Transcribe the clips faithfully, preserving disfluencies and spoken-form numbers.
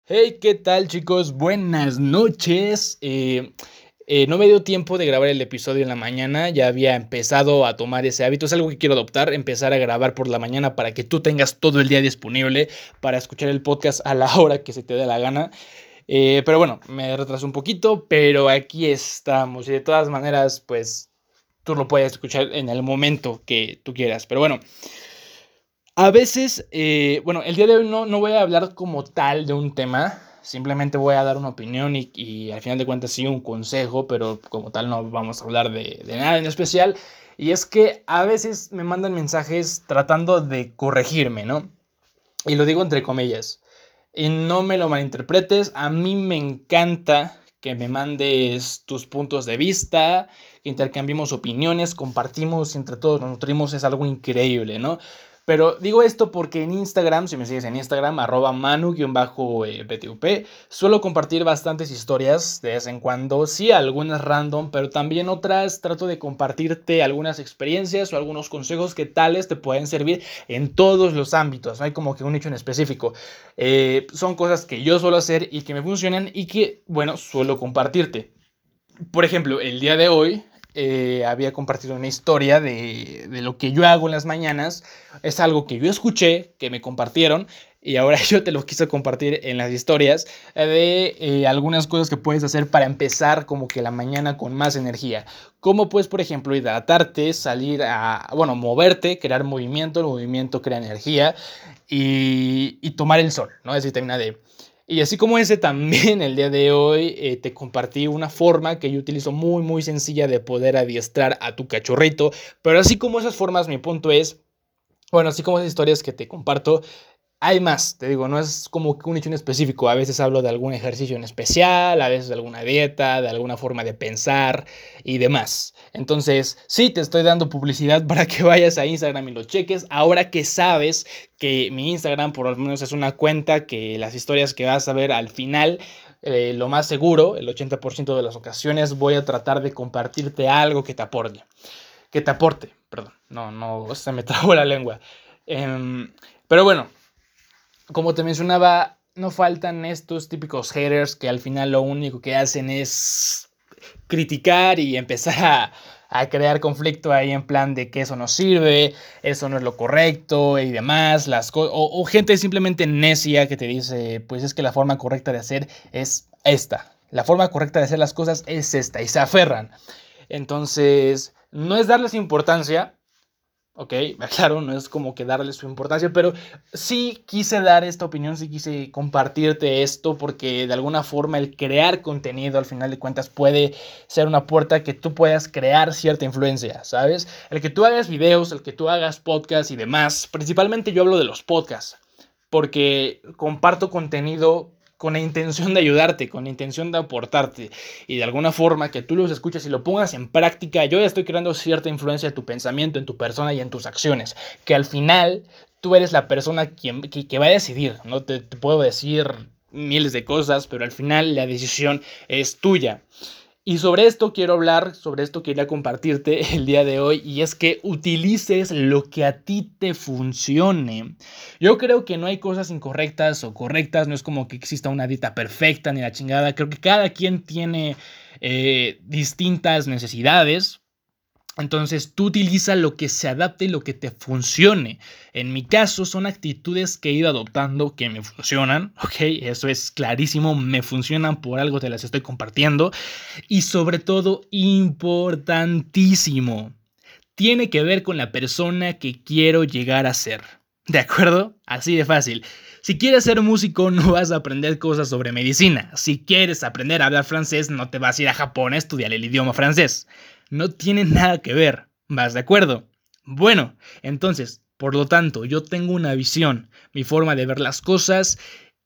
Hey, ¿qué tal, chicos? Buenas noches. Eh, eh, no me dio tiempo de grabar el episodio en la mañana. Ya había empezado a tomar ese hábito. Es algo que quiero adoptar, empezar a grabar por la mañana para que tú tengas todo el día disponible para escuchar el podcast a la hora que se te dé la gana. Eh, pero bueno, me retrasó un poquito, pero aquí estamos. Y de todas maneras, pues tú lo puedes escuchar en el momento que tú quieras. Pero bueno. A veces, eh, bueno, el día de hoy no, no voy a hablar como tal de un tema, simplemente voy a dar una opinión y, y al final de cuentas sí un consejo, pero como tal no vamos a hablar de, de nada en especial. Y es que a veces me mandan mensajes tratando de corregirme, ¿no? Y lo digo entre comillas. Y no me lo malinterpretes, a mí me encanta que me mandes tus puntos de vista, que intercambiemos opiniones, compartimos, entre todos nos nutrimos, es algo increíble, ¿no? Pero digo esto porque en Instagram, si me sigues en Instagram, arroba manu-btup, suelo compartir bastantes historias de vez en cuando, sí, algunas random, pero también otras trato de compartirte algunas experiencias o algunos consejos que tales te pueden servir en todos los ámbitos, no hay como que un nicho en específico. Eh, son cosas que yo suelo hacer y que me funcionan y que, bueno, suelo compartirte. Por ejemplo, el día de hoy eh, había compartido una historia de, de lo que yo hago en las mañanas. Es algo que yo escuché, que me compartieron y ahora yo te lo quise compartir en las historias de eh, algunas cosas que puedes hacer para empezar como que la mañana con más energía. Como pues, por ejemplo, hidratarte, salir a, bueno, moverte, crear movimiento. El movimiento crea energía y, y tomar el sol, ¿no? Es vitamina D. Y así como ese, también el día de hoy eh, te compartí una forma que yo utilizo muy muy sencilla de poder adiestrar a tu cachorrito. Pero así como esas formas, mi punto es, bueno, así como esas historias que te comparto, hay más, te digo, no es como que un hecho en específico. A veces hablo de algún ejercicio en especial, a veces de alguna dieta, de alguna forma de pensar y demás. Entonces, sí, te estoy dando publicidad para que vayas a Instagram y lo cheques. Ahora que sabes que mi Instagram por lo menos es una cuenta que las historias que vas a ver al final, eh, lo más seguro, el ochenta por ciento de las ocasiones voy a tratar de compartirte algo que te aporte. Que te aporte, perdón. No, no, se me trabó la lengua. Eh, pero bueno. Como te mencionaba, no faltan estos típicos haters que al final lo único que hacen es criticar y empezar a, a crear conflicto ahí en plan de que eso no sirve, eso no es lo correcto y demás, las co- o, o gente simplemente necia que te dice, pues es que la forma correcta de hacer es esta, la forma correcta de hacer las cosas es esta y se aferran. Entonces, no es darles importancia. Ok, claro, no es como que darle su importancia, pero sí quise dar esta opinión, sí quise compartirte esto porque de alguna forma el crear contenido al final de cuentas puede ser una puerta que tú puedas crear cierta influencia, ¿sabes? El que tú hagas videos, el que tú hagas podcasts y demás, principalmente yo hablo de los podcasts, porque comparto contenido con la intención de ayudarte, con la intención de aportarte y de alguna forma que tú los escuches y lo pongas en práctica. Yo ya estoy creando cierta influencia en tu pensamiento, en tu persona y en tus acciones, que al final tú eres la persona quien, que, que va a decidir. No te, te puedo decir miles de cosas, pero al final la decisión es tuya. Y sobre esto quiero hablar, sobre esto quería compartirte el día de hoy, y es que utilices lo que a ti te funcione. Yo creo que no hay cosas incorrectas o correctas, no es como que exista una dieta perfecta ni la chingada. Creo que cada quien tiene eh, distintas necesidades. Entonces tú utiliza lo que se adapte y lo que te funcione. En mi caso son actitudes que he ido adoptando que me funcionan, ok, eso es clarísimo, me funcionan, por algo te las estoy compartiendo. Y sobre todo, importantísimo, tiene que ver con la persona que quiero llegar a ser. ¿De acuerdo? Así de fácil. Si quieres ser músico, no vas a aprender cosas sobre medicina. Si quieres aprender a hablar francés, no te vas a ir a Japón a estudiar el idioma francés. No tiene nada que ver. ¿Vas de acuerdo? Bueno, entonces, por lo tanto, yo tengo una visión, mi forma de ver las cosas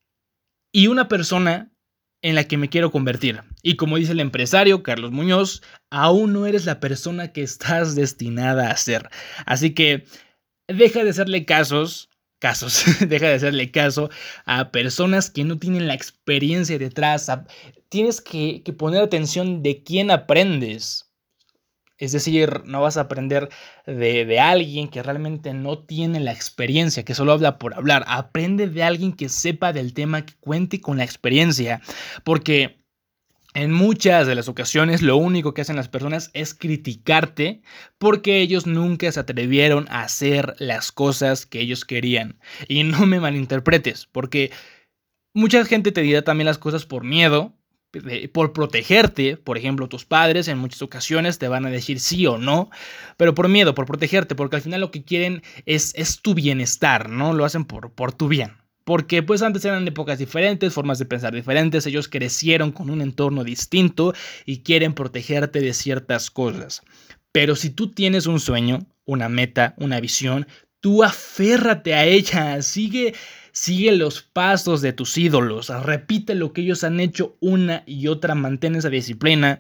y una persona en la que me quiero convertir. Y como dice el empresario Carlos Muñoz, aún no eres la persona que estás destinada a ser. Así que deja de hacerle casos, casos, deja de hacerle caso a personas que no tienen la experiencia detrás. A, tienes que, que poner atención de quién aprendes. Es decir, no vas a aprender de, de alguien que realmente no tiene la experiencia, que solo habla por hablar. Aprende de alguien que sepa del tema, que cuente con la experiencia. Porque en muchas de las ocasiones lo único que hacen las personas es criticarte porque ellos nunca se atrevieron a hacer las cosas que ellos querían. Y no me malinterpretes, porque mucha gente te dirá también las cosas por miedo, por protegerte. Por ejemplo, tus padres en muchas ocasiones te van a decir sí o no, pero por miedo, por protegerte, porque al final lo que quieren es, es tu bienestar, ¿no? Lo hacen por, por tu bien. Porque pues antes eran épocas diferentes, formas de pensar diferentes, ellos crecieron con un entorno distinto y quieren protegerte de ciertas cosas. Pero si tú tienes un sueño, una meta, una visión, tú aférrate a ella, sigue... Sigue los pasos de tus ídolos, repite lo que ellos han hecho una y otra, mantén esa disciplina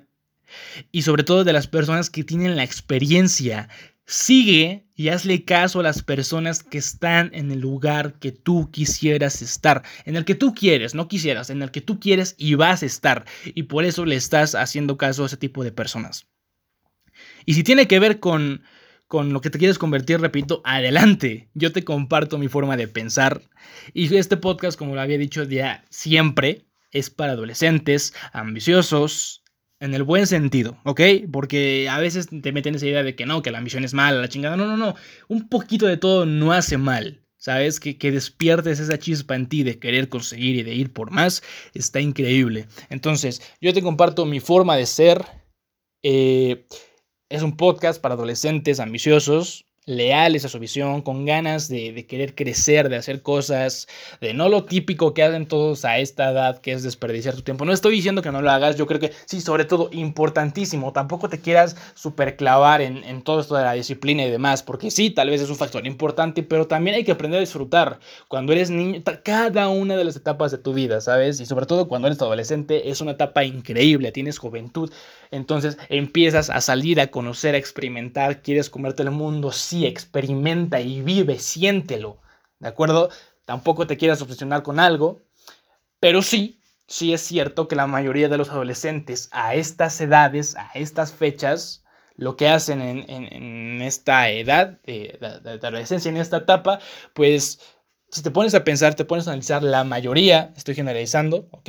y sobre todo de las personas que tienen la experiencia. Sigue y hazle caso a las personas que están en el lugar que tú quisieras estar, en el que tú quieres, no quisieras, en el que tú quieres y vas a estar, y por eso le estás haciendo caso a ese tipo de personas. Y si tiene que ver con... con lo que te quieres convertir, repito, adelante. Yo te comparto mi forma de pensar. Y este podcast, como lo había dicho ya siempre, es para adolescentes, ambiciosos, en el buen sentido, ¿ok? Porque a veces te meten esa idea de que no, que la ambición es mala, la chingada. No, no, no. Un poquito de todo no hace mal. ¿Sabes? Que, que despiertes esa chispa en ti de querer conseguir y de ir por más. Está increíble. Entonces, yo te comparto mi forma de ser. Eh... Es un podcast para adolescentes ambiciosos, leales a su visión, con ganas de, de querer crecer, de hacer cosas, de no lo típico que hacen todos a esta edad, que es desperdiciar tu tiempo. No estoy diciendo que no lo hagas, yo creo que sí, sobre todo importantísimo, tampoco te quieras superclavar en, en todo esto de la disciplina y demás, porque sí, tal vez es un factor importante, pero también hay que aprender a disfrutar. Cuando eres niño, cada una de las etapas de tu vida, ¿sabes? Y sobre todo cuando eres adolescente, es una etapa increíble, tienes juventud, entonces empiezas a salir, a conocer, a experimentar, quieres comerte el mundo. Sí, experimenta y vive, siéntelo, ¿de acuerdo? Tampoco te quieras obsesionar con algo, pero sí, sí es cierto que la mayoría de los adolescentes a estas edades, a estas fechas, lo que hacen en, en, en esta edad de, de, de adolescencia, en esta etapa, pues si te pones a pensar, te pones a analizar, la mayoría, estoy generalizando, ¿ok?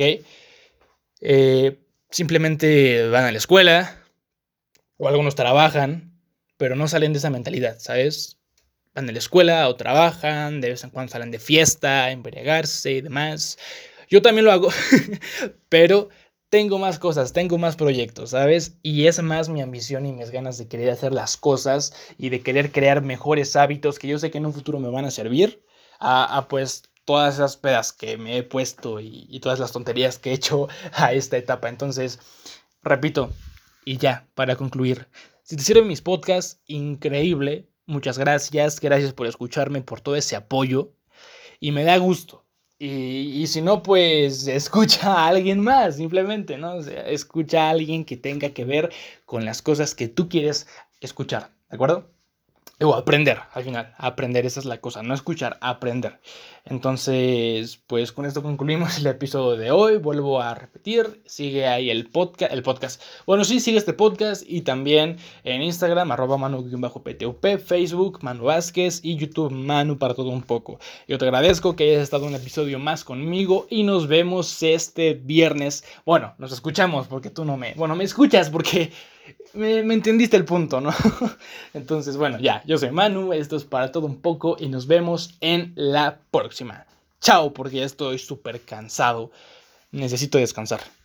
Eh, simplemente van a la escuela, o algunos trabajan, pero no salen de esa mentalidad, ¿sabes? Van a la escuela o trabajan, de vez en cuando salen de fiesta, a embriagarse y demás. Yo también lo hago, pero tengo más cosas, tengo más proyectos, ¿sabes? Y es más mi ambición y mis ganas de querer hacer las cosas y de querer crear mejores hábitos que yo sé que en un futuro me van a servir a, a pues todas esas pedas que me he puesto y, y todas las tonterías que he hecho a esta etapa. Entonces, repito, y ya, para concluir, si te sirven mis podcasts, increíble, muchas gracias, gracias por escucharme, por todo ese apoyo, y me da gusto. Y, y si no, pues escucha a alguien más, simplemente, ¿no? O sea, escucha a alguien que tenga que ver con las cosas que tú quieres escuchar, ¿de acuerdo? O aprender, al final, aprender, esa es la cosa, no escuchar, aprender. Entonces, pues con esto concluimos el episodio de hoy. Vuelvo a repetir, sigue ahí el podcast, el podcast. Bueno, sí, sigue este podcast y también en Instagram, arroba manu-ptup, Facebook, Manu Vázquez y YouTube, Manu para todo un poco. Yo te agradezco que hayas estado un episodio más conmigo y nos vemos este viernes. Bueno, nos escuchamos porque tú no me... Bueno, me escuchas porque... Me, me entendiste el punto, ¿no? Entonces, bueno, ya, yo soy Manu, esto es para todo un poco y nos vemos en la próxima. Chao, porque ya estoy súper cansado. Necesito descansar.